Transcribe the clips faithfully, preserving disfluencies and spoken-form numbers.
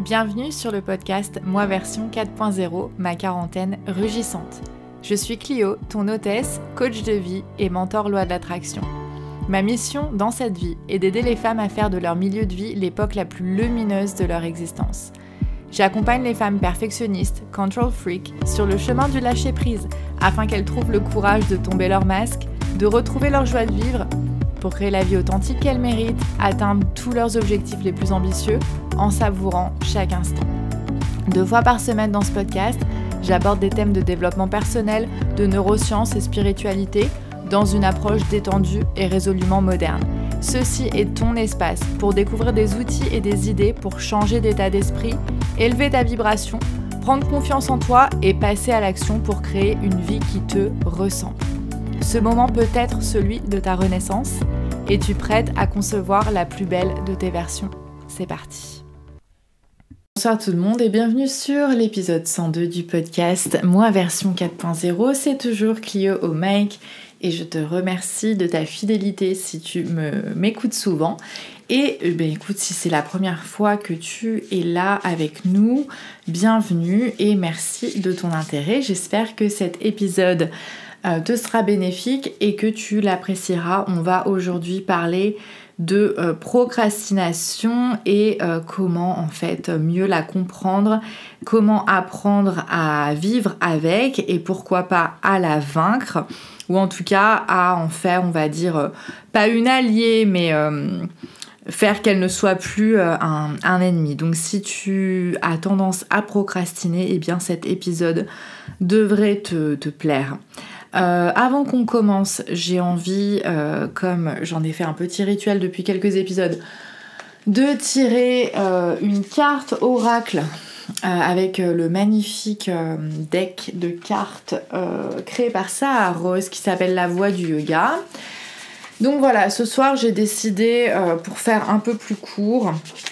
Bienvenue sur le podcast Moi version quatre point zéro, ma quarantaine rugissante. Je suis Clio, ton hôtesse, coach de vie et mentor loi de l'attraction. Ma mission dans cette vie est d'aider les femmes à faire de leur milieu de vie l'époque la plus lumineuse de leur existence. J'accompagne les femmes perfectionnistes, control freak, sur le chemin du lâcher-prise afin qu'elles trouvent le courage de tomber leur masque, de retrouver leur joie de vivre pour créer la vie authentique qu'elles méritent, atteindre tous leurs objectifs les plus ambitieux en savourant chaque instant. Deux fois par semaine dans ce podcast, j'aborde des thèmes de développement personnel, de neurosciences et spiritualité dans une approche détendue et résolument moderne. Ceci est ton espace pour découvrir des outils et des idées pour changer d'état d'esprit, élever ta vibration, prendre confiance en toi et passer à l'action pour créer une vie qui te ressemble. Ce moment peut être celui de ta renaissance. Es-tu prête à concevoir la plus belle de tes versions ? C'est parti. Bonsoir tout le monde et bienvenue sur l'épisode cent deux du podcast Moi version quatre point zéro. C'est toujours Clio au mic et je te remercie de ta fidélité si tu me, m'écoutes souvent. Et ben écoute, si c'est la première fois que tu es là avec nous, bienvenue et merci de ton intérêt. J'espère que cet épisode euh, te sera bénéfique et que tu l'apprécieras. On va aujourd'hui parler de euh, procrastination et euh, comment en fait mieux la comprendre, comment apprendre à vivre avec et pourquoi pas à la vaincre, ou en tout cas à en faire, on va dire, euh, pas une alliée, mais euh, faire qu'elle ne soit plus euh, un, un ennemi. Donc si tu as tendance à procrastiner, eh bien cet épisode devrait te, te plaire. Euh, avant qu'on commence, j'ai envie, euh, comme j'en ai fait un petit rituel depuis quelques épisodes, de tirer euh, une carte oracle euh, avec euh, le magnifique euh, deck de cartes euh, créé par Sahar Rose qui s'appelle La Voix du Yoga. Donc voilà, ce soir j'ai décidé, euh, pour faire un peu plus court,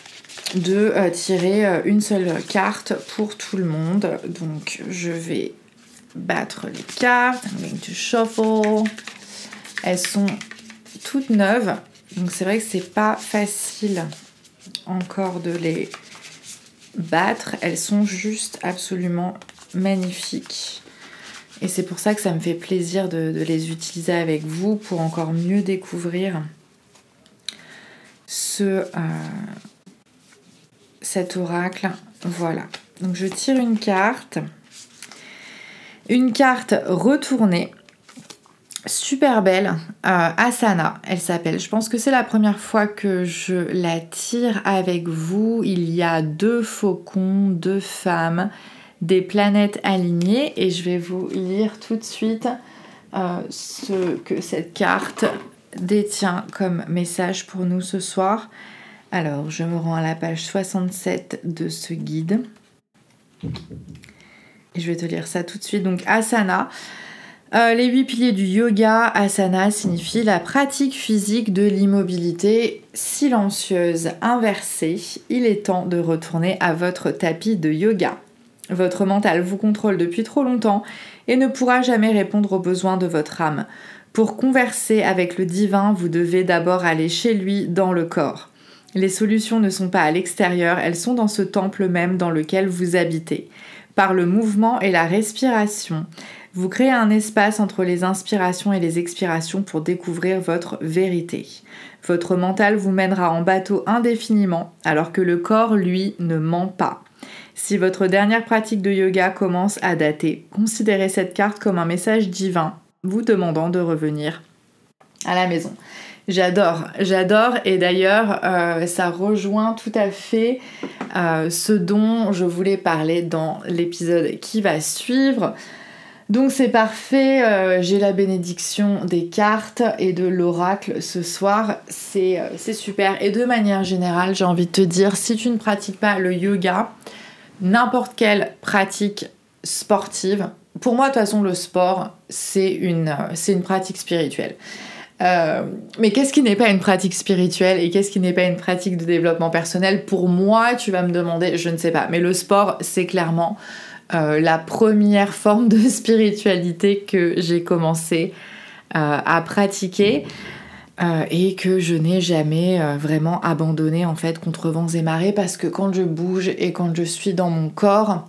de euh, tirer euh, une seule carte pour tout le monde. Donc je vais battre les cartes, I'm going to shuffle. Elles sont toutes neuves, donc c'est vrai que c'est pas facile encore de les battre. Elles sont juste absolument magnifiques. Et c'est pour ça que ça me fait plaisir de, de les utiliser avec vous pour encore mieux découvrir ce, euh, cet oracle. Voilà. Donc je tire une carte. Une carte retournée, super belle, euh, Asana, elle s'appelle. Je pense que c'est la première fois que je la tire avec vous. Il y a deux faucons, deux femmes, des planètes alignées et je vais vous lire tout de suite euh, ce que cette carte détient comme message pour nous ce soir. Alors, je me rends à la page soixante-sept de ce guide. Et je vais te lire ça tout de suite. Donc Asana, euh, les huit piliers du yoga. Asana signifie la pratique physique de l'immobilité silencieuse inversée. Il est temps de retourner à votre tapis de yoga. Votre mental vous contrôle depuis trop longtemps et ne pourra jamais répondre aux besoins de votre âme. Pour converser avec le divin, vous devez d'abord aller chez lui dans le corps. Les solutions ne sont pas à l'extérieur, elles sont dans ce temple même dans lequel vous habitez. Par le mouvement et la respiration, vous créez un espace entre les inspirations et les expirations pour découvrir votre vérité. Votre mental vous mènera en bateau indéfiniment, alors que le corps, lui, ne ment pas. Si votre dernière pratique de yoga commence à dater, considérez cette carte comme un message divin vous demandant de revenir à la maison. J'adore, j'adore et d'ailleurs euh, ça rejoint tout à fait euh, ce dont je voulais parler dans l'épisode qui va suivre. Donc c'est parfait, euh, j'ai la bénédiction des cartes et de l'oracle ce soir, c'est, euh, c'est super. Et de manière générale, j'ai envie de te dire, si tu ne pratiques pas le yoga, n'importe quelle pratique sportive, pour moi de toute façon le sport c'est une, euh, c'est une pratique spirituelle. Euh, mais qu'est-ce qui n'est pas une pratique spirituelle et qu'est-ce qui n'est pas une pratique de développement personnel ? Pour moi, tu vas me demander, je ne sais pas. Mais le sport, c'est clairement euh, la première forme de spiritualité que j'ai commencé euh, à pratiquer. euh, et que je n'ai jamais euh, vraiment abandonné en fait contre vents et marées, parce que quand je bouge et quand je suis dans mon corps,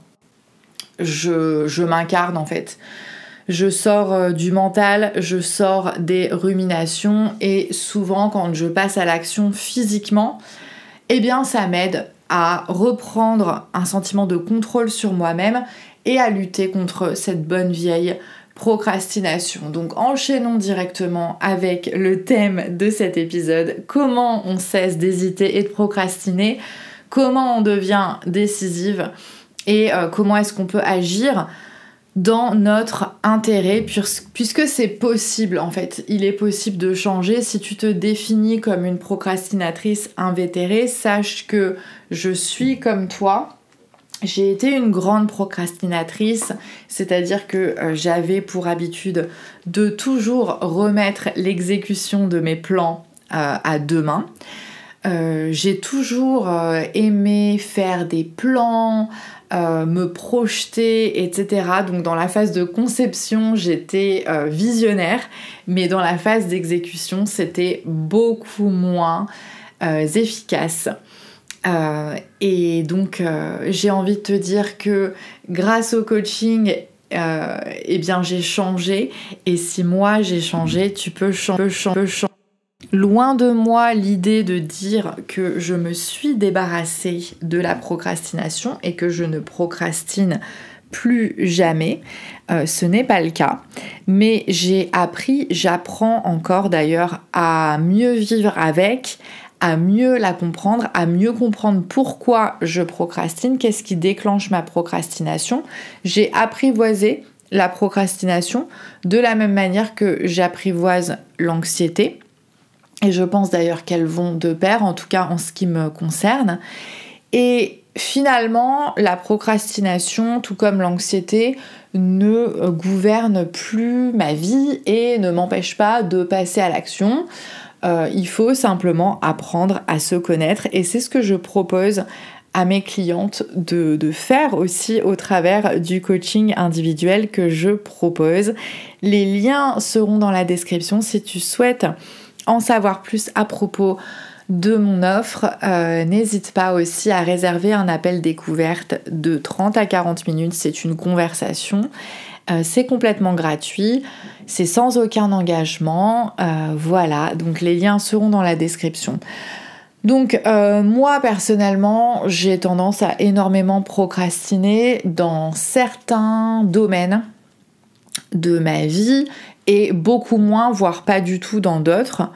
je, je m'incarne en fait. Je sors euh, du mental, je sors des ruminations, et souvent quand je passe à l'action physiquement, eh bien ça m'aide à reprendre un sentiment de contrôle sur moi-même et à lutter contre cette bonne vieille procrastination. Donc enchaînons directement avec le thème de cet épisode: comment on cesse d'hésiter et de procrastiner, comment on devient décisive et euh, comment est-ce qu'on peut agir dans notre intérêt, puisque c'est possible en fait. Il est possible de changer. Si tu te définis comme une procrastinatrice invétérée, sache que je suis comme toi. J'ai été une grande procrastinatrice, c'est-à-dire que euh, j'avais pour habitude de toujours remettre l'exécution de mes plans euh, à demain. Euh, j'ai toujours euh, aimé faire des plans, euh, me projeter, et cetera. Donc dans la phase de conception, j'étais euh, visionnaire, mais dans la phase d'exécution, c'était beaucoup moins euh, efficace. Euh, et donc euh, j'ai envie de te dire que grâce au coaching, euh, eh bien j'ai changé, et si moi j'ai changé, tu peux changer, changer, changer. Loin de moi l'idée de dire que je me suis débarrassée de la procrastination et que je ne procrastine plus jamais, euh, ce n'est pas le cas, mais j'ai appris, j'apprends encore d'ailleurs à mieux vivre avec, à mieux la comprendre, à mieux comprendre pourquoi je procrastine, qu'est-ce qui déclenche ma procrastination. J'ai apprivoisé la procrastination de la même manière que j'apprivoise l'anxiété, et je pense d'ailleurs qu'elles vont de pair, en tout cas en ce qui me concerne. Et finalement, la procrastination, tout comme l'anxiété, ne gouverne plus ma vie et ne m'empêche pas de passer à l'action. Euh, il faut simplement apprendre à se connaître, et c'est ce que je propose à mes clientes de, de faire aussi au travers du coaching individuel que je propose. Les liens seront dans la description si tu souhaites en savoir plus à propos de mon offre. Euh, n'hésite pas aussi à réserver un appel découverte de trente à quarante minutes, c'est une conversation. Euh, c'est complètement gratuit, c'est sans aucun engagement, euh, voilà, donc les liens seront dans la description. Donc euh, moi personnellement, j'ai tendance à énormément procrastiner dans certains domaines de ma vie et beaucoup moins, voire pas du tout dans d'autres.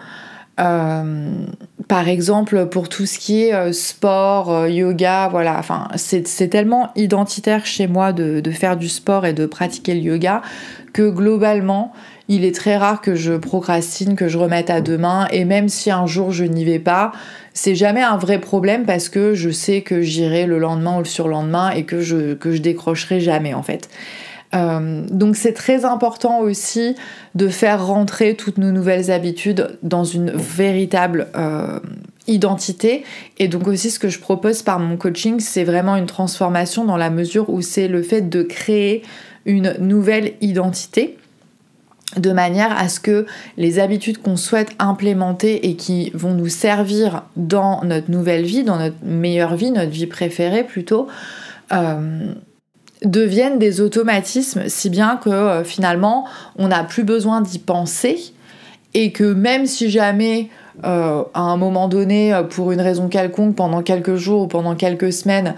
Euh, par exemple, pour tout ce qui est euh, sport, euh, yoga, voilà, enfin, c'est, c'est tellement identitaire chez moi de, de faire du sport et de pratiquer le yoga que globalement, il est très rare que je procrastine, que je remette à demain, et même si un jour je n'y vais pas, c'est jamais un vrai problème parce que je sais que j'irai le lendemain ou le surlendemain et que je, que je décrocherai jamais en fait. Euh, donc c'est très important aussi de faire rentrer toutes nos nouvelles habitudes dans une véritable euh, identité, et donc aussi ce que je propose par mon coaching, c'est vraiment une transformation dans la mesure où c'est le fait de créer une nouvelle identité de manière à ce que les habitudes qu'on souhaite implémenter et qui vont nous servir dans notre nouvelle vie, dans notre meilleure vie, notre vie préférée plutôt, euh, deviennent des automatismes, si bien que euh, finalement on n'a plus besoin d'y penser, et que même si jamais euh, à un moment donné, pour une raison quelconque, pendant quelques jours ou pendant quelques semaines,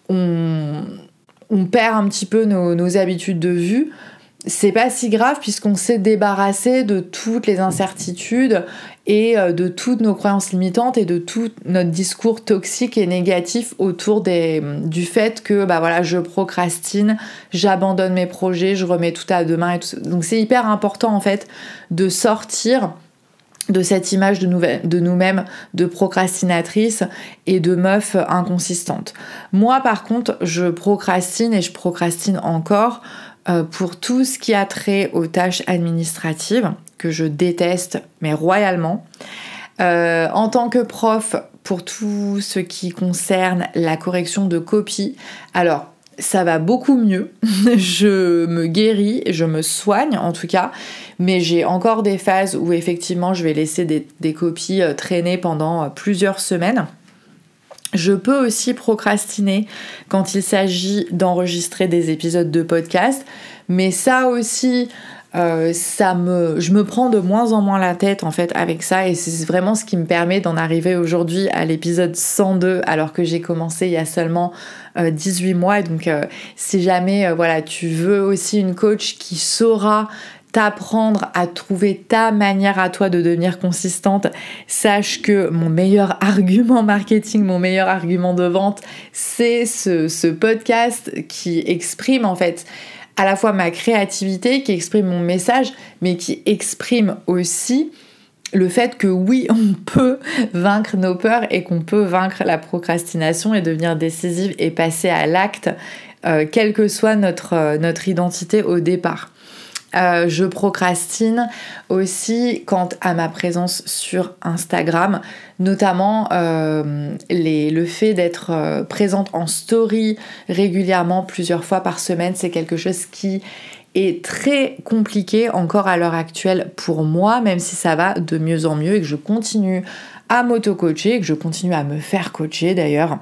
on, on perd un petit peu nos, nos habitudes de vue, c'est pas si grave puisqu'on s'est débarrassé de toutes les incertitudes et de toutes nos croyances limitantes et de tout notre discours toxique et négatif autour des, du fait que bah voilà, je procrastine, j'abandonne mes projets, je remets tout à demain et tout ça. Donc c'est hyper important en fait de sortir de cette image de, nouvelle, de nous-mêmes de procrastinatrice et de meuf inconsistante. Moi par contre, je procrastine et je procrastine encore Euh, pour tout ce qui a trait aux tâches administratives, que je déteste, mais royalement. Euh, en tant que prof, pour tout ce qui concerne la correction de copies, alors ça va beaucoup mieux, je me guéris, je me soigne en tout cas, mais j'ai encore des phases où effectivement je vais laisser des, des copies traîner pendant plusieurs semaines. Je peux aussi procrastiner quand il s'agit d'enregistrer des épisodes de podcast, mais ça aussi, euh, ça me, je me prends de moins en moins la tête en fait avec ça, et c'est vraiment ce qui me permet d'en arriver aujourd'hui à l'épisode cent deux, alors que j'ai commencé il y a seulement euh, dix-huit mois. Donc euh, si jamais euh, voilà, tu veux aussi une coach qui saura t'apprendre à trouver ta manière à toi de devenir consistante, sache que mon meilleur argument marketing, mon meilleur argument de vente, c'est ce, ce podcast qui exprime en fait à la fois ma créativité, qui exprime mon message, mais qui exprime aussi le fait que oui, on peut vaincre nos peurs et qu'on peut vaincre la procrastination et devenir décisive et passer à l'acte, euh, quelle que soit notre, euh, notre identité au départ. Euh, je procrastine aussi quant à ma présence sur Instagram, notamment euh, les, le fait d'être euh, présente en story régulièrement plusieurs fois par semaine. C'est quelque chose qui est très compliqué encore à l'heure actuelle pour moi, même si ça va de mieux en mieux et que je continue à m'auto-coacher et que je continue à me faire coacher d'ailleurs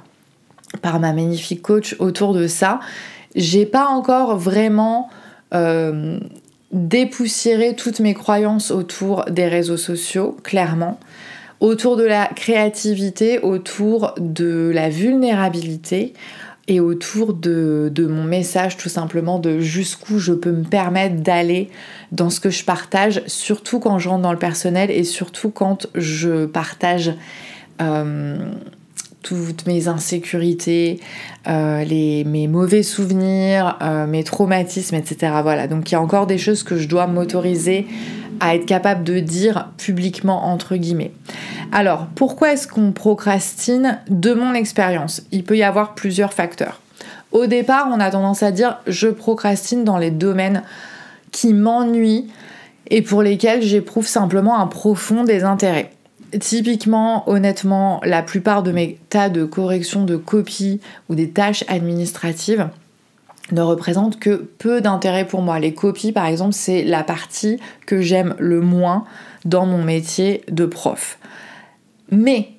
par ma magnifique coach autour de ça. J'ai pas encore vraiment euh, dépoussiérer toutes mes croyances autour des réseaux sociaux, clairement, autour de la créativité, autour de la vulnérabilité et autour de, de mon message, tout simplement, de jusqu'où je peux me permettre d'aller dans ce que je partage, surtout quand je rentre dans le personnel et surtout quand je partage euh, toutes mes insécurités, euh, les, mes mauvais souvenirs, euh, mes traumatismes, et cetera. Voilà, donc il y a encore des choses que je dois m'autoriser à être capable de dire publiquement, entre guillemets. Alors, pourquoi est-ce qu'on procrastine? De mon expérience, il peut y avoir plusieurs facteurs. Au départ, on a tendance à dire « je procrastine dans les domaines qui m'ennuient et pour lesquels j'éprouve simplement un profond désintérêt ». Typiquement, honnêtement, la plupart de mes tas de corrections de copies ou des tâches administratives ne représentent que peu d'intérêt pour moi. Les copies, par exemple, c'est la partie que j'aime le moins dans mon métier de prof. Mais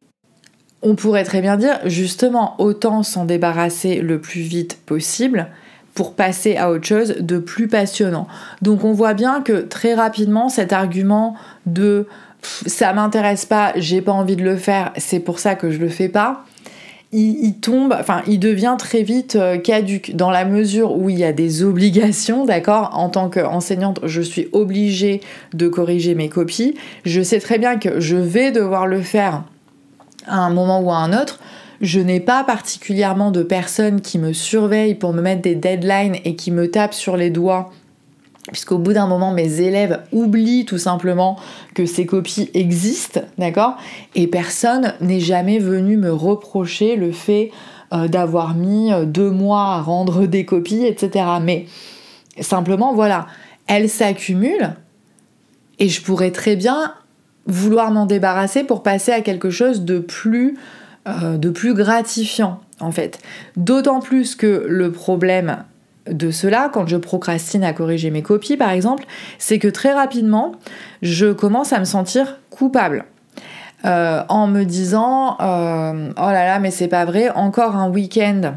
on pourrait très bien dire, justement, autant s'en débarrasser le plus vite possible pour passer à autre chose de plus passionnant. Donc on voit bien que très rapidement, cet argument de ça m'intéresse pas, j'ai pas envie de le faire, c'est pour ça que je le fais pas, il, il tombe, enfin il devient très vite euh, caduque, dans la mesure où il y a des obligations, d'accord ? En tant qu'enseignante, je suis obligée de corriger mes copies, je sais très bien que je vais devoir le faire à un moment ou à un autre. Je n'ai pas particulièrement de personnes qui me surveillent pour me mettre des deadlines et qui me tapent sur les doigts, puisqu'au bout d'un moment, mes élèves oublient tout simplement que ces copies existent, d'accord ? Et personne n'est jamais venu me reprocher le fait euh, d'avoir mis deux mois à rendre des copies, et cetera. Mais simplement, voilà, elles s'accumulent et je pourrais très bien vouloir m'en débarrasser pour passer à quelque chose de plus, euh, de plus gratifiant, en fait. D'autant plus que le problème de cela, quand je procrastine à corriger mes copies par exemple, c'est que très rapidement, je commence à me sentir coupable. Euh, en me disant euh, « oh là là, mais c'est pas vrai, encore un week-end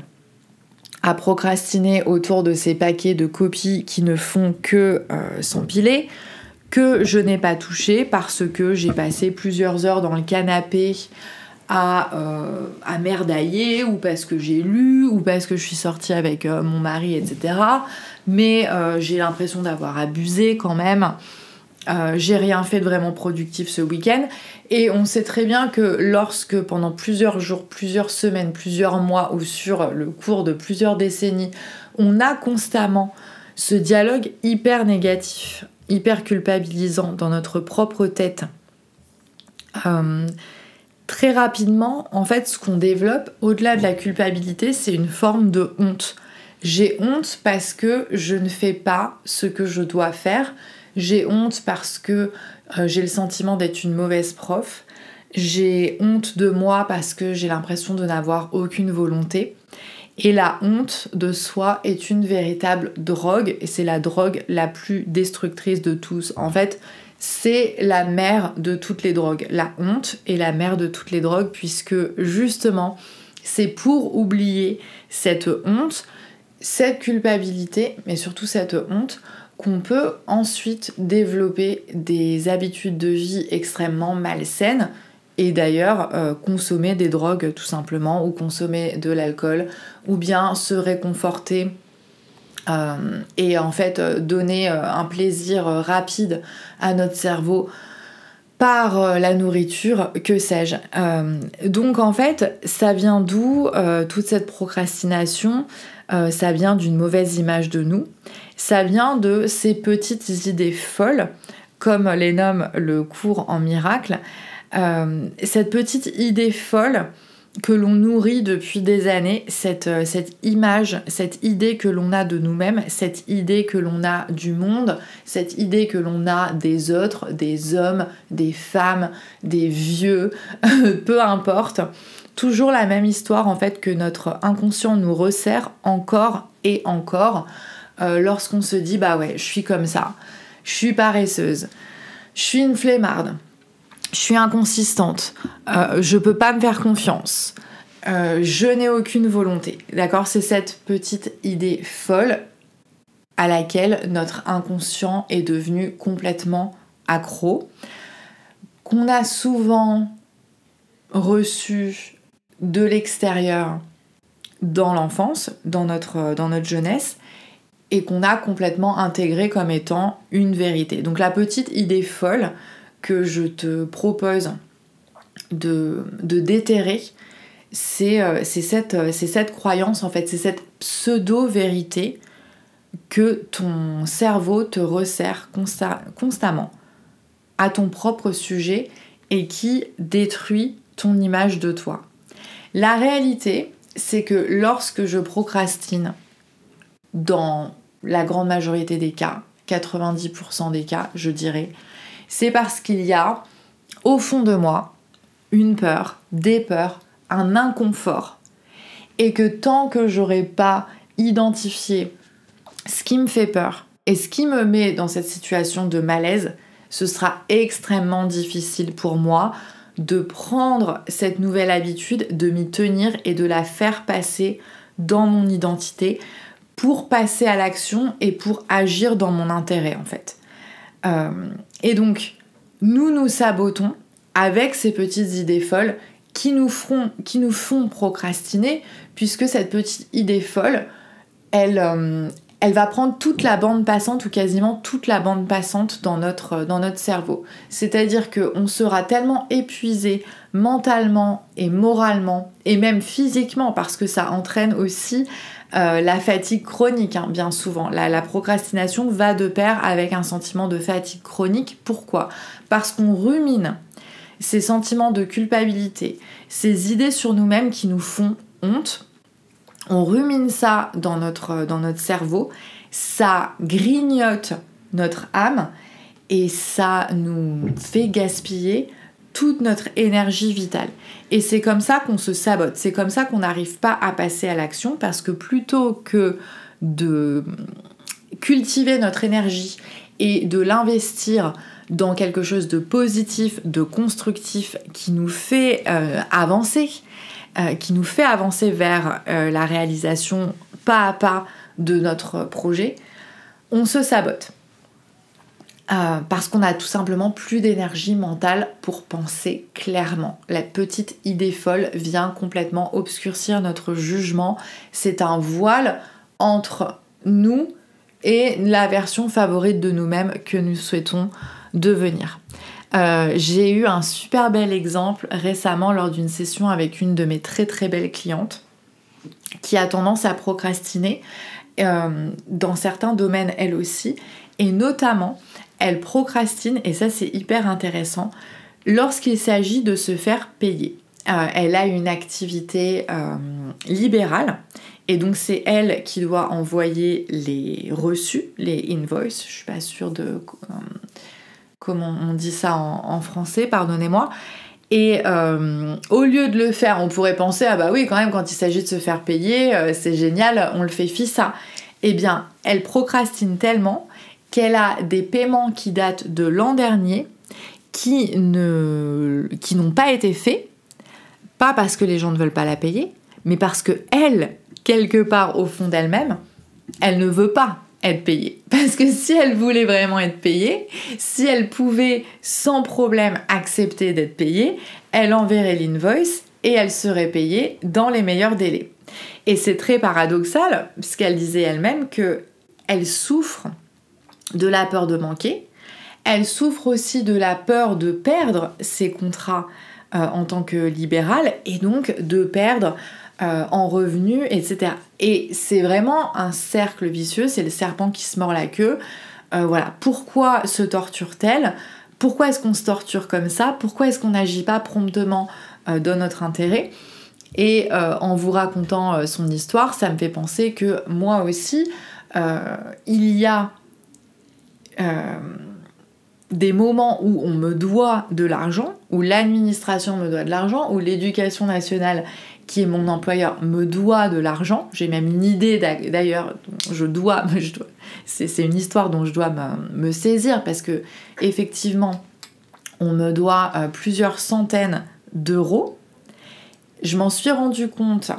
à procrastiner autour de ces paquets de copies qui ne font que euh, s'empiler, que je n'ai pas touché parce que j'ai passé plusieurs heures dans le canapé à, euh, à merdailler, ou parce que j'ai lu, ou parce que je suis sortie avec euh, mon mari, et cetera. Mais euh, j'ai l'impression d'avoir abusé quand même. Euh, j'ai rien fait de vraiment productif ce week-end. Et on sait très bien que lorsque pendant plusieurs jours, plusieurs semaines, plusieurs mois, ou sur le cours de plusieurs décennies, on a constamment ce dialogue hyper négatif, hyper culpabilisant dans notre propre tête, euh, très rapidement, en fait, ce qu'on développe, au-delà de la culpabilité, c'est une forme de honte. J'ai honte parce que je ne fais pas ce que je dois faire. J'ai honte parce que euh, j'ai le sentiment d'être une mauvaise prof. J'ai honte de moi parce que j'ai l'impression de n'avoir aucune volonté. Et la honte de soi est une véritable drogue, et c'est la drogue la plus destructrice de tous. En fait, c'est la mère de toutes les drogues. La honte est la mère de toutes les drogues, puisque justement, c'est pour oublier cette honte, cette culpabilité, mais surtout cette honte, qu'on peut ensuite développer des habitudes de vie extrêmement malsaines, et d'ailleurs euh, consommer des drogues tout simplement, ou consommer de l'alcool, ou bien se réconforter euh, et en fait euh, donner euh, un plaisir euh, rapide à notre cerveau par euh, la nourriture, que sais-je. Euh, donc en fait, ça vient d'où euh, toute cette procrastination? euh, Ça vient d'une mauvaise image de nous, ça vient de ces petites idées folles, comme les nomme le cours en miracle. Euh, cette petite idée folle que l'on nourrit depuis des années, cette, euh, cette image, cette idée que l'on a de nous-mêmes, cette idée que l'on a du monde, cette idée que l'on a des autres, des hommes, des femmes, des vieux, peu importe. Toujours la même histoire en fait que notre inconscient nous resserre encore et encore euh, lorsqu'on se dit bah ouais, je suis comme ça, je suis paresseuse, je suis une flemmarde, je suis inconsistante, euh, je peux pas me faire confiance, euh, je n'ai aucune volonté. D'accord, c'est cette petite idée folle à laquelle notre inconscient est devenu complètement accro, qu'on a souvent reçu de l'extérieur dans l'enfance, dans notre, dans notre jeunesse, et qu'on a complètement intégré comme étant une vérité. Donc la petite idée folle que je te propose de, de déterrer, c'est, euh, c'est, cette, c'est cette croyance, en fait, c'est cette pseudo-vérité que ton cerveau te resserre consta- constamment à ton propre sujet et qui détruit ton image de toi. La réalité, c'est que lorsque je procrastine, dans la grande majorité des cas, quatre-vingt-dix pour cent des cas, je dirais, c'est parce qu'il y a au fond de moi une peur, des peurs, un inconfort, et que tant que j'aurai pas identifié ce qui me fait peur et ce qui me met dans cette situation de malaise, ce sera extrêmement difficile pour moi de prendre cette nouvelle habitude, de m'y tenir et de la faire passer dans mon identité pour passer à l'action et pour agir dans mon intérêt en fait. Euh, et donc, nous nous sabotons avec ces petites idées folles qui nous feront, qui nous font procrastiner, puisque cette petite idée folle, elle, euh, elle va prendre toute la bande passante ou quasiment toute la bande passante dans notre, dans notre cerveau. C'est-à-dire qu'on sera tellement épuisé mentalement et moralement et même physiquement, parce que ça entraîne aussi euh, la fatigue chronique, hein, bien souvent. La, la procrastination va de pair avec un sentiment de fatigue chronique. Pourquoi ? Parce qu'on rumine ces sentiments de culpabilité, ces idées sur nous-mêmes qui nous font honte. On rumine ça dans notre, dans notre cerveau, ça grignote notre âme et ça nous fait gaspiller toute notre énergie vitale. Et c'est comme ça qu'on se sabote, c'est comme ça qu'on n'arrive pas à passer à l'action, parce que plutôt que de cultiver notre énergie et de l'investir dans quelque chose de positif, de constructif, qui nous fait euh, avancer, Euh, qui nous fait avancer vers euh, la réalisation pas à pas de notre projet, on se sabote. Euh, parce qu'on n'a tout simplement plus d'énergie mentale pour penser clairement. La petite idée folle vient complètement obscurcir notre jugement. C'est un voile entre nous et la version favorite de nous-mêmes que nous souhaitons devenir. Euh, j'ai eu un super bel exemple récemment lors d'une session avec une de mes très très belles clientes qui a tendance à procrastiner euh, dans certains domaines elle aussi, et notamment elle procrastine, et ça c'est hyper intéressant, lorsqu'il s'agit de se faire payer. Euh, elle a une activité euh, libérale, et donc c'est elle qui doit envoyer les reçus, les invoices, je suis pas sûre de... Euh, comment on dit ça en, en français, pardonnez-moi. Et euh, au lieu de le faire, on pourrait penser, ah bah oui, quand même, quand il s'agit de se faire payer, euh, c'est génial, on le fait fissa. Eh bien, elle procrastine tellement qu'elle a des paiements qui datent de l'an dernier qui, ne, qui n'ont pas été faits, pas parce que les gens ne veulent pas la payer, mais parce que elle, quelque part au fond d'elle-même, elle ne veut pas être payée. Parce que si elle voulait vraiment être payée, si elle pouvait sans problème accepter d'être payée, elle enverrait l'invoice et elle serait payée dans les meilleurs délais. Et c'est très paradoxal, puisqu'elle disait elle-même qu'elle souffre de la peur de manquer, elle souffre aussi de la peur de perdre ses contrats euh, en tant que libérale, et donc de perdre Euh, en revenus, et cetera. Et c'est vraiment un cercle vicieux, c'est le serpent qui se mord la queue. Euh, voilà, pourquoi se torture-t-elle ? Pourquoi est-ce qu'on se torture comme ça ? Pourquoi est-ce qu'on n'agit pas promptement euh, dans notre intérêt ? Et euh, en vous racontant euh, son histoire, ça me fait penser que moi aussi, euh, il y a euh, des moments où on me doit de l'argent, où l'administration me doit de l'argent, où l'éducation nationale, qui est mon employeur, me doit de l'argent. J'ai même une idée d'ailleurs, je dois, je dois c'est, c'est une histoire dont je dois me, me saisir, parce que effectivement, on me doit euh, plusieurs centaines d'euros. Je m'en suis rendu compte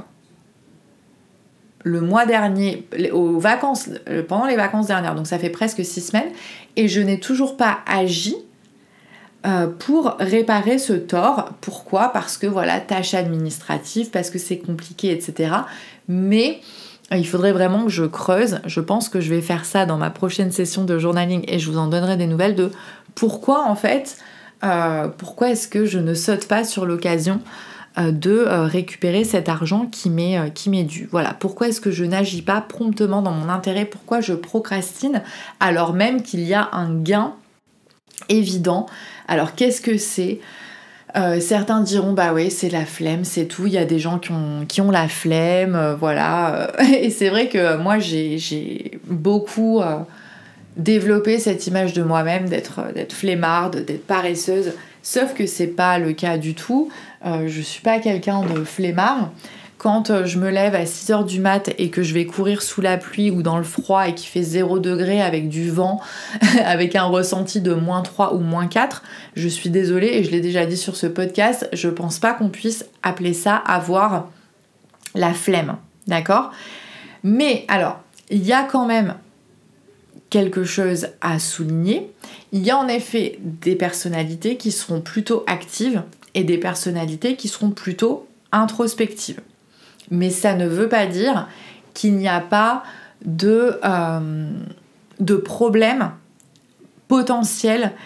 le mois dernier, aux vacances, pendant les vacances dernières, donc ça fait presque six semaines, et je n'ai toujours pas agi Euh, pour réparer ce tort. Pourquoi ? Parce que voilà, tâche administrative, parce que c'est compliqué, et cetera. Mais il faudrait vraiment que je creuse. Je pense que je vais faire ça dans ma prochaine session de journaling et je vous en donnerai des nouvelles de pourquoi en fait, euh, pourquoi est-ce que je ne saute pas sur l'occasion euh, de euh, récupérer cet argent qui m'est, euh, qui m'est dû. Voilà, pourquoi est-ce que je n'agis pas promptement dans mon intérêt ? Pourquoi je procrastine alors même qu'il y a un gain évident. Alors qu'est-ce que c'est ? euh, Certains diront bah oui, c'est la flemme, c'est tout. Il y a des gens qui ont, qui ont la flemme, euh, voilà. Et c'est vrai que moi j'ai, j'ai beaucoup euh, développé cette image de moi-même d'être, d'être flemmarde, d'être paresseuse. Sauf que c'est pas le cas du tout. Euh, je suis pas quelqu'un de flemmard. Quand je me lève à six heures du mat et que je vais courir sous la pluie ou dans le froid et qu'il fait zéro degré avec du vent, avec un ressenti de moins trois ou moins quatre, je suis désolée et je l'ai déjà dit sur ce podcast, je pense pas qu'on puisse appeler ça avoir la flemme, d'accord ? Mais alors, il y a quand même quelque chose à souligner. Il y a en effet des personnalités qui seront plutôt actives et des personnalités qui seront plutôt introspectives. Mais ça ne veut pas dire qu'il n'y a pas de, euh, de problème potentiel euh,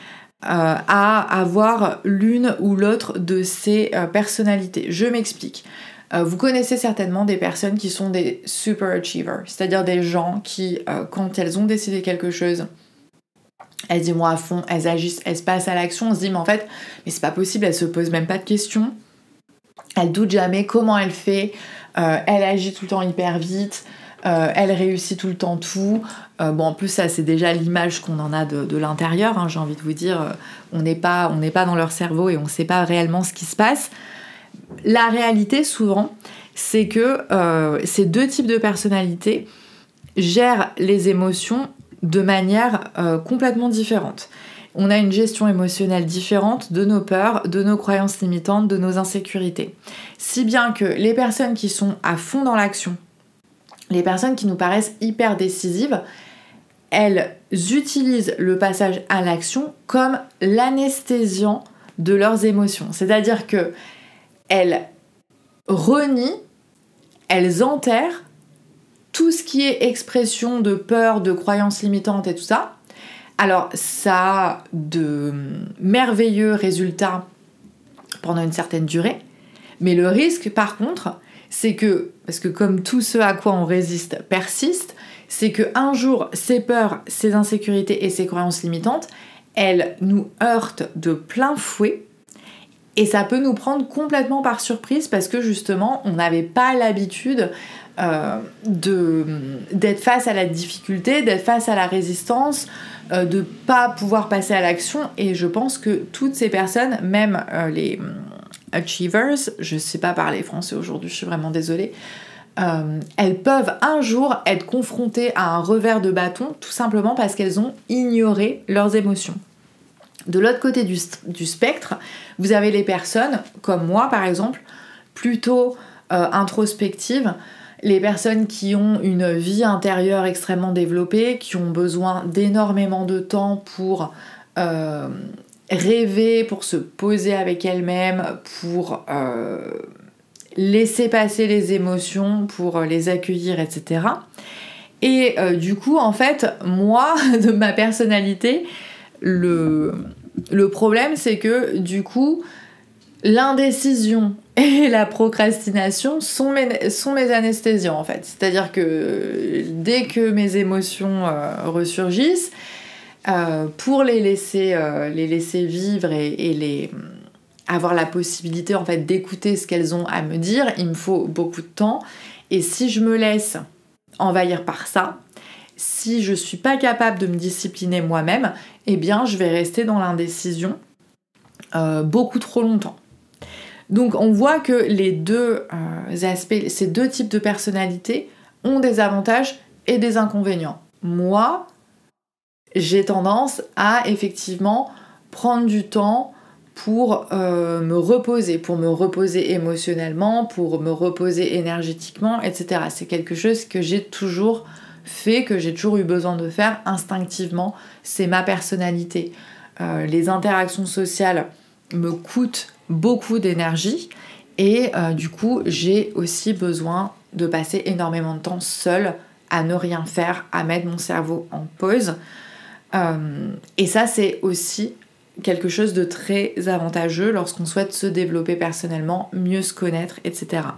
à avoir l'une ou l'autre de ces euh, personnalités. Je m'explique. Euh, vous connaissez certainement des personnes qui sont des super achievers, c'est-à-dire des gens qui, euh, quand elles ont décidé quelque chose, elles y vont à fond, elles agissent, elles se passent à l'action, on se dit mais en fait, mais c'est pas possible, elles se posent même pas de questions, elles doutent jamais comment elle fait. Euh, elle agit tout le temps hyper vite, euh, elle réussit tout le temps tout. Euh, bon, en plus, ça, c'est déjà l'image qu'on en a de, de l'intérieur, hein, j'ai envie de vous dire. Euh, on n'est pas, on n'est pas dans leur cerveau et on ne sait pas réellement ce qui se passe. La réalité, souvent, c'est que euh, ces deux types de personnalités gèrent les émotions de manière euh, complètement différente. On a une gestion émotionnelle différente de nos peurs, de nos croyances limitantes, de nos insécurités. Si bien que les personnes qui sont à fond dans l'action, les personnes qui nous paraissent hyper décisives, elles utilisent le passage à l'action comme l'anesthésiant de leurs émotions. C'est-à-dire que elles renient, elles enterrent tout ce qui est expression de peur, de croyances limitantes et tout ça. Alors, ça a de merveilleux résultats pendant une certaine durée, mais le risque, par contre, c'est que, parce que comme tout ce à quoi on résiste persiste, c'est qu'un jour, ces peurs, ces insécurités et ces croyances limitantes, elles nous heurtent de plein fouet, et ça peut nous prendre complètement par surprise parce que justement, on n'avait pas l'habitude euh, de, d'être face à la difficulté, d'être face à la résistance, euh, de pas pouvoir passer à l'action. Et je pense que toutes ces personnes, même euh, les, achievers, je sais pas parler français aujourd'hui, je suis vraiment désolée, euh, elles peuvent un jour être confrontées à un revers de bâton tout simplement parce qu'elles ont ignoré leurs émotions. De l'autre côté du, du spectre, vous avez les personnes, comme moi par exemple, plutôt euh, introspectives, les personnes qui ont une vie intérieure extrêmement développée, qui ont besoin d'énormément de temps pour euh, rêver, pour se poser avec elles-mêmes, pour euh, laisser passer les émotions, pour les accueillir, et cetera. Et euh, du coup, en fait, moi, de ma personnalité, le, le problème, c'est que du coup, l'indécision et la procrastination sont mes, sont mes anesthésiants en fait. C'est-à-dire que dès que mes émotions euh, ressurgissent, euh, pour les laisser, euh, les laisser vivre et, et les, avoir la possibilité en fait d'écouter ce qu'elles ont à me dire, il me faut beaucoup de temps. Et si je me laisse envahir par ça, si je suis pas capable de me discipliner moi-même, eh bien je vais rester dans l'indécision euh, beaucoup trop longtemps. Donc on voit que les deux euh, aspects, ces deux types de personnalités ont des avantages et des inconvénients. Moi, j'ai tendance à effectivement prendre du temps pour euh, me reposer, pour me reposer émotionnellement, pour me reposer énergétiquement, et cetera. C'est quelque chose que j'ai toujours fait, que j'ai toujours eu besoin de faire instinctivement. C'est ma personnalité. Euh, les interactions sociales me coûtent beaucoup d'énergie et euh, du coup j'ai aussi besoin de passer énormément de temps seule à ne rien faire, à mettre mon cerveau en pause euh, et ça c'est aussi quelque chose de très avantageux lorsqu'on souhaite se développer personnellement, mieux se connaître, et cetera.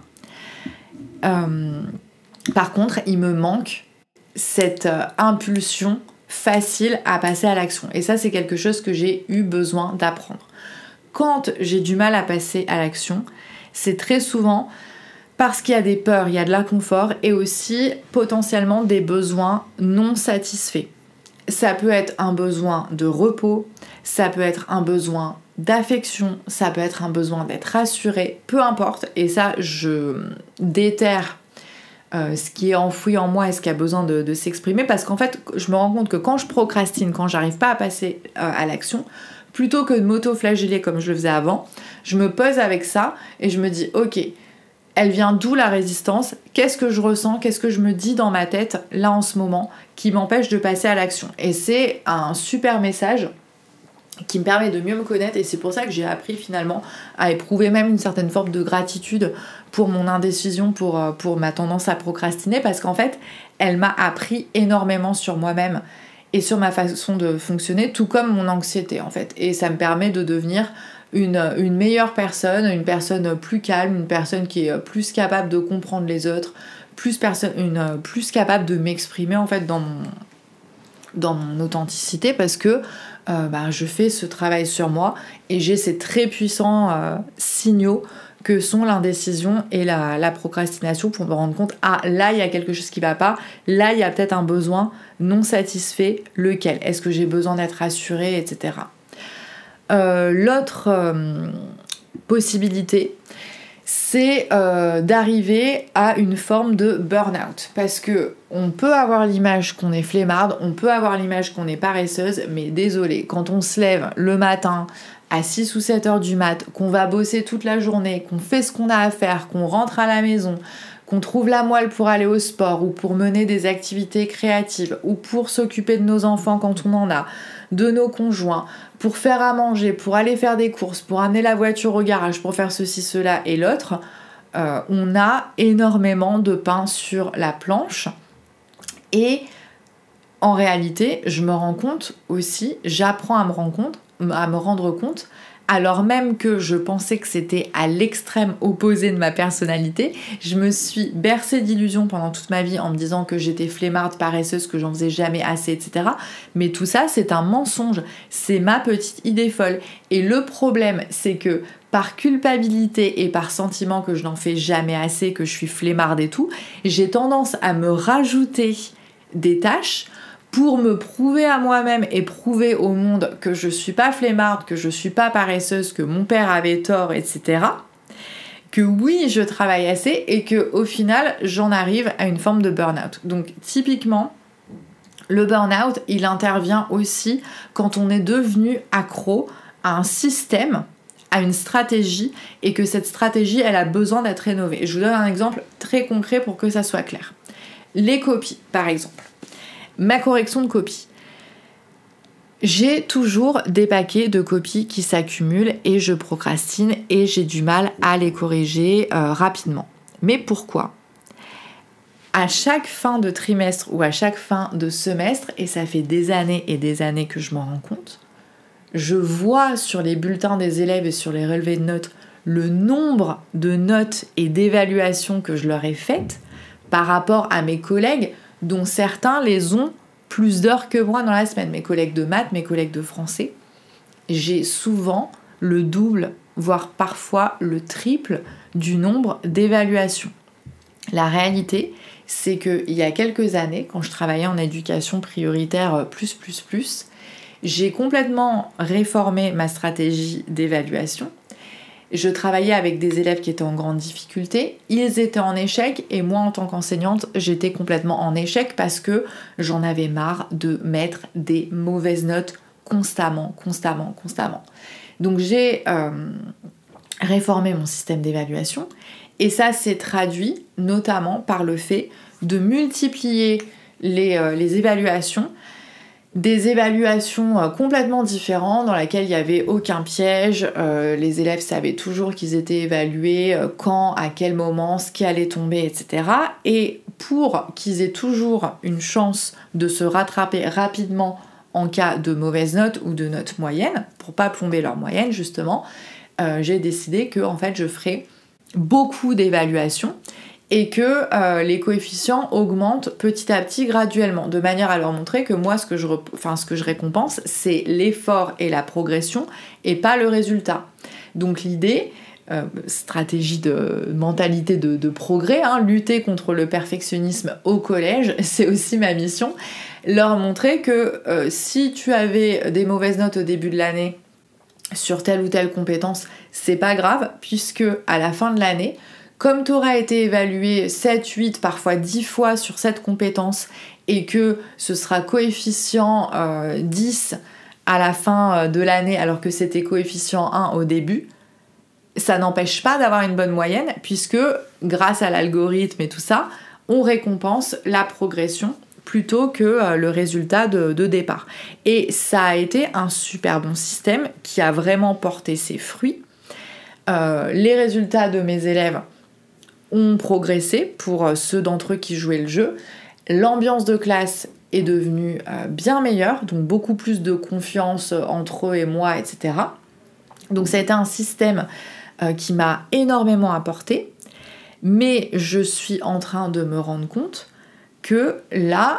Euh, par contre il me manque cette euh, impulsion facile à passer à l'action et ça c'est quelque chose que j'ai eu besoin d'apprendre. Quand j'ai du mal à passer à l'action, c'est très souvent parce qu'il y a des peurs, il y a de l'inconfort et aussi potentiellement des besoins non satisfaits. Ça peut être un besoin de repos, ça peut être un besoin d'affection, ça peut être un besoin d'être rassuré, peu importe. Et ça, je déterre euh, ce qui est enfoui en moi et ce qui a besoin de, de s'exprimer parce qu'en fait, je me rends compte que quand je procrastine, quand j'arrive pas à passer euh, à l'action, plutôt que de m'auto-flageller comme je le faisais avant, je me pose avec ça et je me dis ok, elle vient d'où la résistance ? Qu'est-ce que je ressens ? Qu'est-ce que je me dis dans ma tête là en ce moment qui m'empêche de passer à l'action ? Et c'est un super message qui me permet de mieux me connaître et c'est pour ça que j'ai appris finalement à éprouver même une certaine forme de gratitude pour mon indécision, pour, pour ma tendance à procrastiner parce qu'en fait, elle m'a appris énormément sur moi-même et sur ma façon de fonctionner, tout comme mon anxiété en fait. Et ça me permet de devenir une, une meilleure personne, une personne plus calme, une personne qui est plus capable de comprendre les autres, plus, perso- une, plus capable de m'exprimer en fait dans mon, dans mon authenticité parce que euh, bah, je fais ce travail sur moi et j'ai ces très puissants euh, signaux que sont l'indécision et la, la procrastination pour me rendre compte, ah là il y a quelque chose qui va pas, là il y a peut-être un besoin non satisfait, lequel ? Est-ce que j'ai besoin d'être rassurée, et cetera. Euh, l'autre euh, possibilité, c'est euh, d'arriver à une forme de burn-out. Parce que on peut avoir l'image qu'on est flemmarde, on peut avoir l'image qu'on est paresseuse, mais désolé, quand on se lève le matin à six ou sept heures du mat, qu'on va bosser toute la journée, qu'on fait ce qu'on a à faire, qu'on rentre à la maison, qu'on trouve la moelle pour aller au sport ou pour mener des activités créatives ou pour s'occuper de nos enfants quand on en a, de nos conjoints, pour faire à manger, pour aller faire des courses, pour amener la voiture au garage, pour faire ceci, cela et l'autre, euh, on a énormément de pain sur la planche et en réalité, je me rends compte aussi, j'apprends à me rendre compte, à me rendre compte, alors même que je pensais que c'était à l'extrême opposé de ma personnalité, je me suis bercée d'illusions pendant toute ma vie en me disant que j'étais flemmarde, paresseuse, que j'en faisais jamais assez, et cetera. Mais tout ça, c'est un mensonge, c'est ma petite idée folle. Et le problème, c'est que par culpabilité et par sentiment que je n'en fais jamais assez, que je suis flemmarde et tout, j'ai tendance à me rajouter des tâches pour me prouver à moi-même et prouver au monde que je suis pas flemmarde, que je suis pas paresseuse, que mon père avait tort, et cetera. que oui, je travaille assez et que au final, j'en arrive à une forme de burn-out. Donc typiquement, le burn-out, il intervient aussi quand on est devenu accro à un système, à une stratégie, et que cette stratégie, elle a besoin d'être rénovée. Et je vous donne un exemple très concret pour que ça soit clair. Les copies, par exemple. Ma correction de copies. J'ai toujours des paquets de copies qui s'accumulent et je procrastine et j'ai du mal à les corriger euh, rapidement. Mais pourquoi ? À chaque fin de trimestre ou à chaque fin de semestre, et ça fait des années et des années que je m'en rends compte, je vois sur les bulletins des élèves et sur les relevés de notes le nombre de notes et d'évaluations que je leur ai faites par rapport à mes collègues dont certains les ont plus d'heures que moi dans la semaine. Mes collègues de maths, mes collègues de français, j'ai souvent le double, voire parfois le triple du nombre d'évaluations. La réalité, c'est qu'il y a quelques années, quand je travaillais en éducation prioritaire plus, plus, plus, j'ai complètement réformé ma stratégie d'évaluation. Je travaillais avec des élèves qui étaient en grande difficulté, ils étaient en échec et moi en tant qu'enseignante, j'étais complètement en échec parce que j'en avais marre de mettre des mauvaises notes constamment, constamment, constamment. Donc j'ai euh, réformé mon système d'évaluation et ça s'est traduit notamment par le fait de multiplier les, euh, les évaluations, des évaluations euh, complètement différentes dans lesquelles il n'y avait aucun piège, euh, les élèves savaient toujours qu'ils étaient évalués, euh, quand, à quel moment, ce qui allait tomber, et cetera. Et pour qu'ils aient toujours une chance de se rattraper rapidement en cas de mauvaise note ou de note moyenne, pour pas plomber leur moyenne justement, euh, j'ai décidé que en fait je ferais beaucoup d'évaluations et que euh, les coefficients augmentent petit à petit graduellement, de manière à leur montrer que moi, ce que je, rep... enfin, ce que je récompense, c'est l'effort et la progression, et pas le résultat. Donc l'idée, euh, stratégie de mentalité de, de progrès, hein, lutter contre le perfectionnisme au collège, c'est aussi ma mission, leur montrer que euh, si tu avais des mauvaises notes au début de l'année sur telle ou telle compétence, c'est pas grave, puisque à la fin de l'année, comme tu auras été évalué sept, huit, parfois dix fois sur cette compétence et que ce sera coefficient euh, dix à la fin de l'année alors que c'était coefficient un au début, ça n'empêche pas d'avoir une bonne moyenne puisque grâce à l'algorithme et tout ça, on récompense la progression plutôt que euh, le résultat de, de départ. Et ça a été un super bon système qui a vraiment porté ses fruits. Euh, les résultats de mes élèves ont progressé pour ceux d'entre eux qui jouaient le jeu. L'ambiance de classe est devenue euh, bien meilleure, donc beaucoup plus de confiance entre eux et moi, et cetera. Donc ça a été un système euh, qui m'a énormément apporté, mais je suis en train de me rendre compte que là,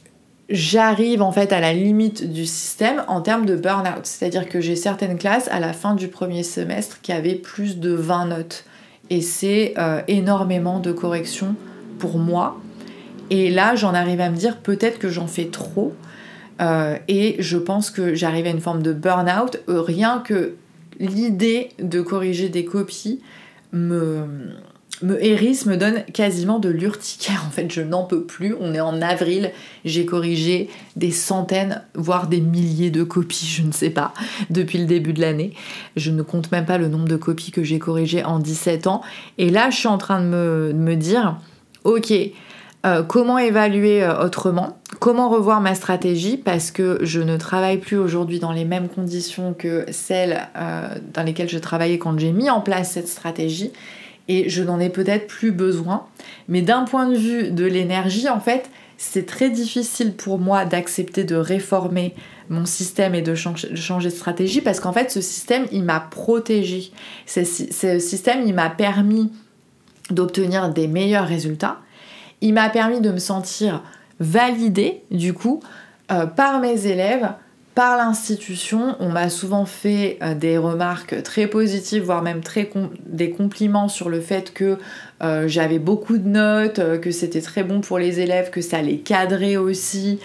j'arrive en fait à la limite du système en termes de burn-out. C'est-à-dire que j'ai certaines classes à la fin du premier semestre qui avaient plus de vingt notes. Et c'est euh, énormément de corrections pour moi. Et là, j'en arrive à me dire peut-être que j'en fais trop. Euh, et je pense que j'arrive à une forme de burn-out. Euh, rien que l'idée de corriger des copies me, me hérisse, me donne quasiment de l'urticaire. En fait, je n'en peux plus. On est en avril. J'ai corrigé des centaines, voire des milliers de copies, je ne sais pas, depuis le début de l'année. Je ne compte même pas le nombre de copies que j'ai corrigées en dix-sept ans. Et là, je suis en train de me, de me dire, ok, euh, comment évaluer euh, autrement ? Comment revoir ma stratégie ? Parce que je ne travaille plus aujourd'hui dans les mêmes conditions que celles euh, dans lesquelles je travaillais quand j'ai mis en place cette stratégie. Et je n'en ai peut-être plus besoin. Mais d'un point de vue de l'énergie, en fait, c'est très difficile pour moi d'accepter de réformer mon système et de changer, de changer de stratégie parce qu'en fait, ce système, il m'a protégée. Ce, ce système, il m'a permis d'obtenir des meilleurs résultats. Il m'a permis de me sentir validée, du coup, euh, par mes élèves, par l'institution. On m'a souvent fait euh, des remarques très positives, voire même très com- des compliments sur le fait que euh, j'avais beaucoup de notes, euh, que c'était très bon pour les élèves, que ça les cadrait aussi.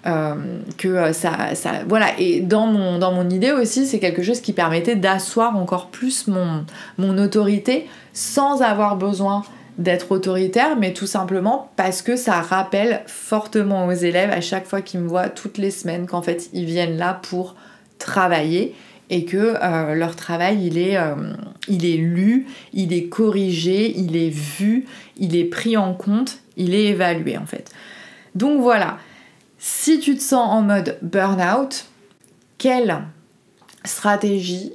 euh, que ça, ça... Voilà, et dans mon, dans mon idée aussi, c'est quelque chose qui permettait d'asseoir encore plus mon, mon autorité sans avoir besoin d'être autoritaire, mais tout simplement parce que ça rappelle fortement aux élèves à chaque fois qu'ils me voient toutes les semaines qu'en fait ils viennent là pour travailler et que euh, leur travail il est, euh, il est lu, il est corrigé, il est vu, il est pris en compte, il est évalué en fait. Donc voilà, si tu te sens en mode burn-out, quelle stratégie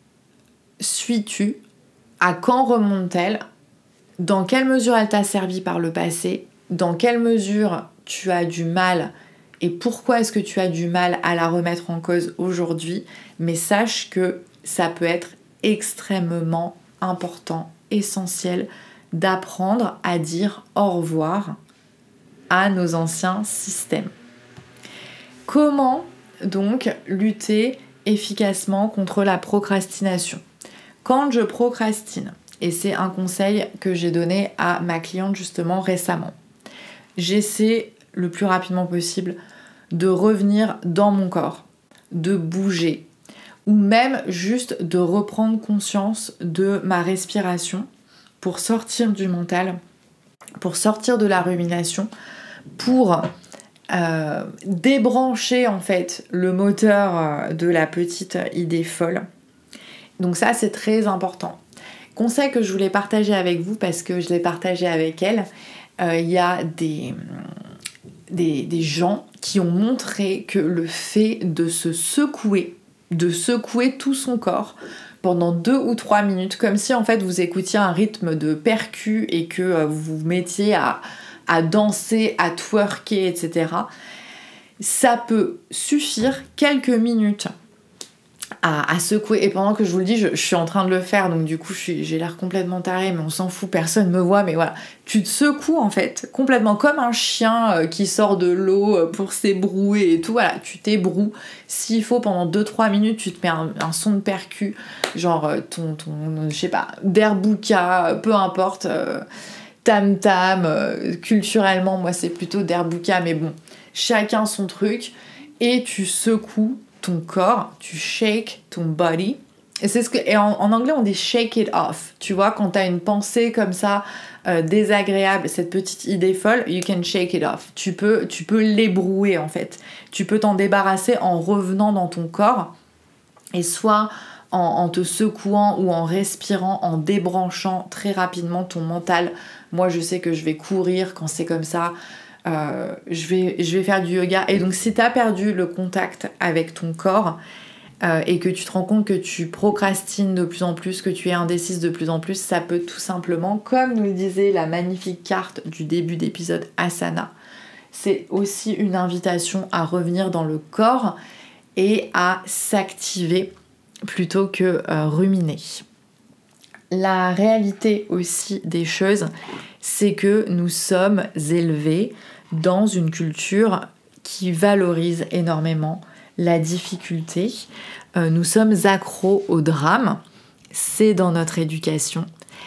suis-tu? À quand remonte-t-elle? Dans quelle mesure elle t'a servi par le passé? Dans quelle mesure tu as du mal et pourquoi est-ce que tu as du mal à la remettre en cause aujourd'hui? Mais sache que ça peut être extrêmement important, essentiel d'apprendre à dire au revoir à nos anciens systèmes. Comment donc lutter efficacement contre la procrastination? Quand je procrastine, et c'est un conseil que j'ai donné à ma cliente justement récemment, j'essaie le plus rapidement possible de revenir dans mon corps, de bouger, ou même juste de reprendre conscience de ma respiration pour sortir du mental, pour sortir de la rumination, pour euh, débrancher en fait le moteur de la petite idée folle. Donc ça c'est très important. Conseil que je voulais partager avec vous parce que je l'ai partagé avec elle, il euh, y a des, des, des gens qui ont montré que le fait de se secouer, de secouer tout son corps pendant deux ou trois minutes, comme si en fait vous écoutiez un rythme de percu et que euh, vous vous mettiez à, à danser, à twerker, et cetera. Ça peut suffire quelques minutes À, à secouer, et pendant que je vous le dis je, je suis en train de le faire, donc du coup je suis, j'ai l'air complètement tarée, mais on s'en fout, personne me voit, mais voilà, tu te secoues en fait complètement comme un chien euh, qui sort de l'eau pour s'ébrouer et tout, voilà, tu t'ébroues. S'il faut pendant deux trois minutes tu te mets un, un son de percu, genre euh, ton, ton je sais pas, Derbuka, peu importe, euh, tam tam, euh, culturellement moi c'est plutôt Derbuka, mais bon, chacun son truc, et tu secoues ton corps, tu shake ton body. Et c'est ce que, et en, en anglais on dit shake it off. Tu vois, quand t'as une pensée comme ça euh, désagréable, cette petite idée folle, you can shake it off. Tu peux, tu peux l'ébrouer en fait. Tu peux t'en débarrasser en revenant dans ton corps, et soit en, en te secouant ou en respirant, en débranchant très rapidement ton mental. Moi je sais que je vais courir quand c'est comme ça. Euh, je, vais, je vais faire du yoga, et donc si tu as perdu le contact avec ton corps euh, et que tu te rends compte que tu procrastines de plus en plus, que tu es indécise de plus en plus, ça peut tout simplement, comme nous le disait la magnifique carte du début d'épisode Asana, c'est aussi une invitation à revenir dans le corps et à s'activer plutôt que euh, ruminer. La réalité aussi des choses, c'est que nous sommes élevés dans une culture qui valorise énormément la difficulté. Euh, nous sommes accros au drame, c'est dans notre éducation.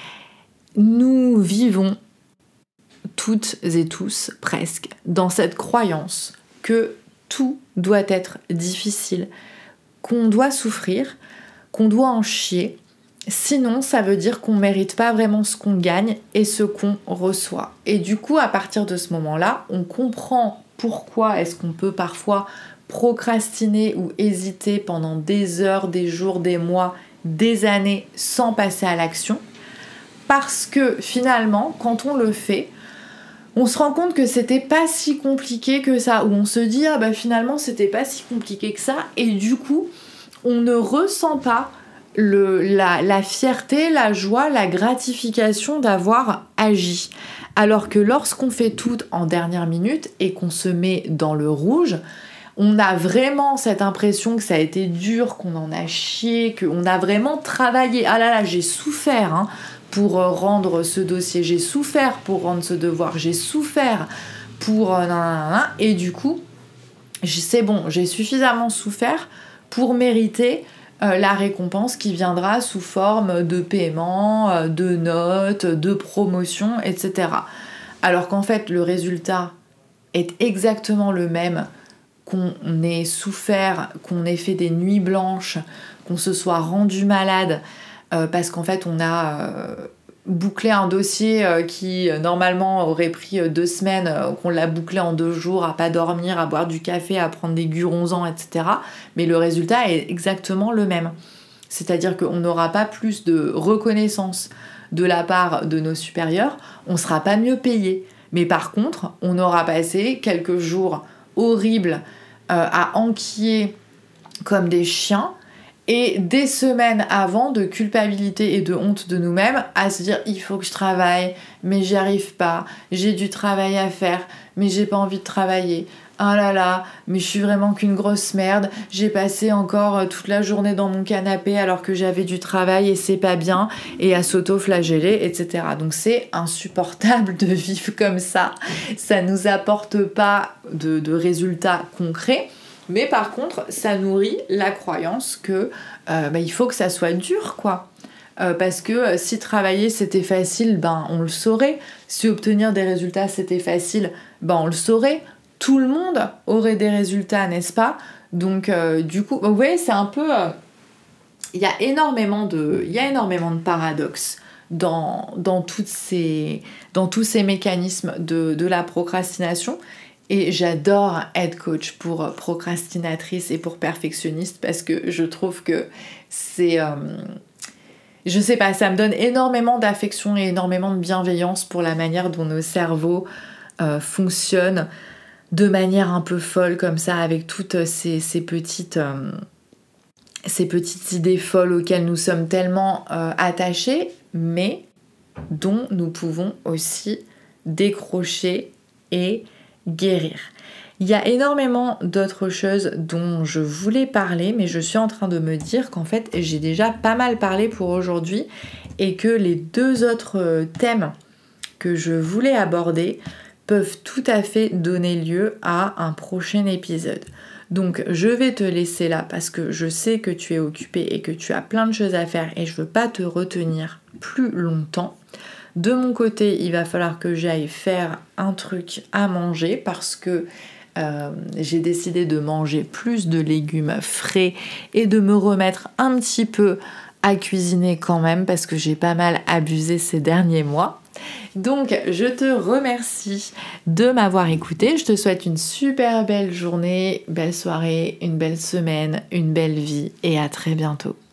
Nous vivons toutes et tous presque dans cette croyance que tout doit être difficile, qu'on doit souffrir, qu'on doit en chier. Sinon, ça veut dire qu'on ne mérite pas vraiment ce qu'on gagne et ce qu'on reçoit. Et du coup, à partir de ce moment-là, on comprend pourquoi est-ce qu'on peut parfois procrastiner ou hésiter pendant des heures, des jours, des mois, des années sans passer à l'action. Parce que finalement, quand on le fait, on se rend compte que c'était pas si compliqué que ça. Ou on se dit, ah bah finalement, c'était pas si compliqué que ça. Et du coup, on ne ressent pas Le, la, la fierté, la joie, la gratification d'avoir agi. Alors que lorsqu'on fait tout en dernière minute et qu'on se met dans le rouge, on a vraiment cette impression que ça a été dur, qu'on en a chié, qu'on a vraiment travaillé. Ah là là, j'ai souffert hein, pour rendre ce dossier, j'ai souffert pour rendre ce devoir, j'ai souffert pour... Et du coup, c'est bon, j'ai suffisamment souffert pour mériter Euh, la récompense qui viendra sous forme de paiement, euh, de notes, de promotion, et cetera. Alors qu'en fait, le résultat est exactement le même qu'on ait souffert, qu'on ait fait des nuits blanches, qu'on se soit rendu malade, euh, parce qu'en fait on a euh, bouclé un dossier euh, qui euh, normalement aurait pris euh, deux semaines, euh, qu'on l'a bouclé en deux jours, à pas dormir, à boire du café, à prendre des guronzans, et cetera. Mais le résultat est exactement le même. C'est-à-dire qu'on n'aura pas plus de reconnaissance de la part de nos supérieurs, on sera pas mieux payé. Mais par contre, on aura passé quelques jours horribles euh, à enquiller comme des chiens et des semaines avant de culpabilité et de honte de nous-mêmes à se dire il faut que je travaille, mais j'y arrive pas, j'ai du travail à faire, mais j'ai pas envie de travailler. Ah là là, mais je suis vraiment qu'une grosse merde, j'ai passé encore toute la journée dans mon canapé alors que j'avais du travail et c'est pas bien, et à s'auto-flageller, et cetera. Donc c'est insupportable de vivre comme ça, ça nous apporte pas de, de résultats concrets, mais par contre ça nourrit la croyance que euh, bah, il faut que ça soit dur, quoi. Euh, parce que euh, si travailler c'était facile, ben on le saurait. Si obtenir des résultats c'était facile, ben on le saurait. Tout le monde aurait des résultats, n'est-ce pas? Donc euh, du coup, vous voyez, c'est un peu... Il euh, y a énormément de, il y a énormément de paradoxes dans, dans, toutes ces, dans tous ces mécanismes de, de la procrastination. Et j'adore être coach pour procrastinatrice et pour perfectionniste parce que je trouve que c'est... Euh, je sais pas, ça me donne énormément d'affection et énormément de bienveillance pour la manière dont nos cerveaux euh, fonctionnent de manière un peu folle comme ça, avec toutes ces, ces, petites, euh, ces petites idées folles auxquelles nous sommes tellement euh, attachés, mais dont nous pouvons aussi décrocher et guérir. Il y a énormément d'autres choses dont je voulais parler, mais je suis en train de me dire qu'en fait j'ai déjà pas mal parlé pour aujourd'hui et que les deux autres thèmes que je voulais aborder peuvent tout à fait donner lieu à un prochain épisode. Donc je vais te laisser là parce que je sais que tu es occupé et que tu as plein de choses à faire et je veux pas te retenir plus longtemps. De mon côté, il va falloir que j'aille faire un truc à manger parce que euh, j'ai décidé de manger plus de légumes frais et de me remettre un petit peu à cuisiner quand même parce que j'ai pas mal abusé ces derniers mois. Donc je te remercie de m'avoir écouté, je te souhaite une super belle journée, belle soirée, une belle semaine, une belle vie et à très bientôt.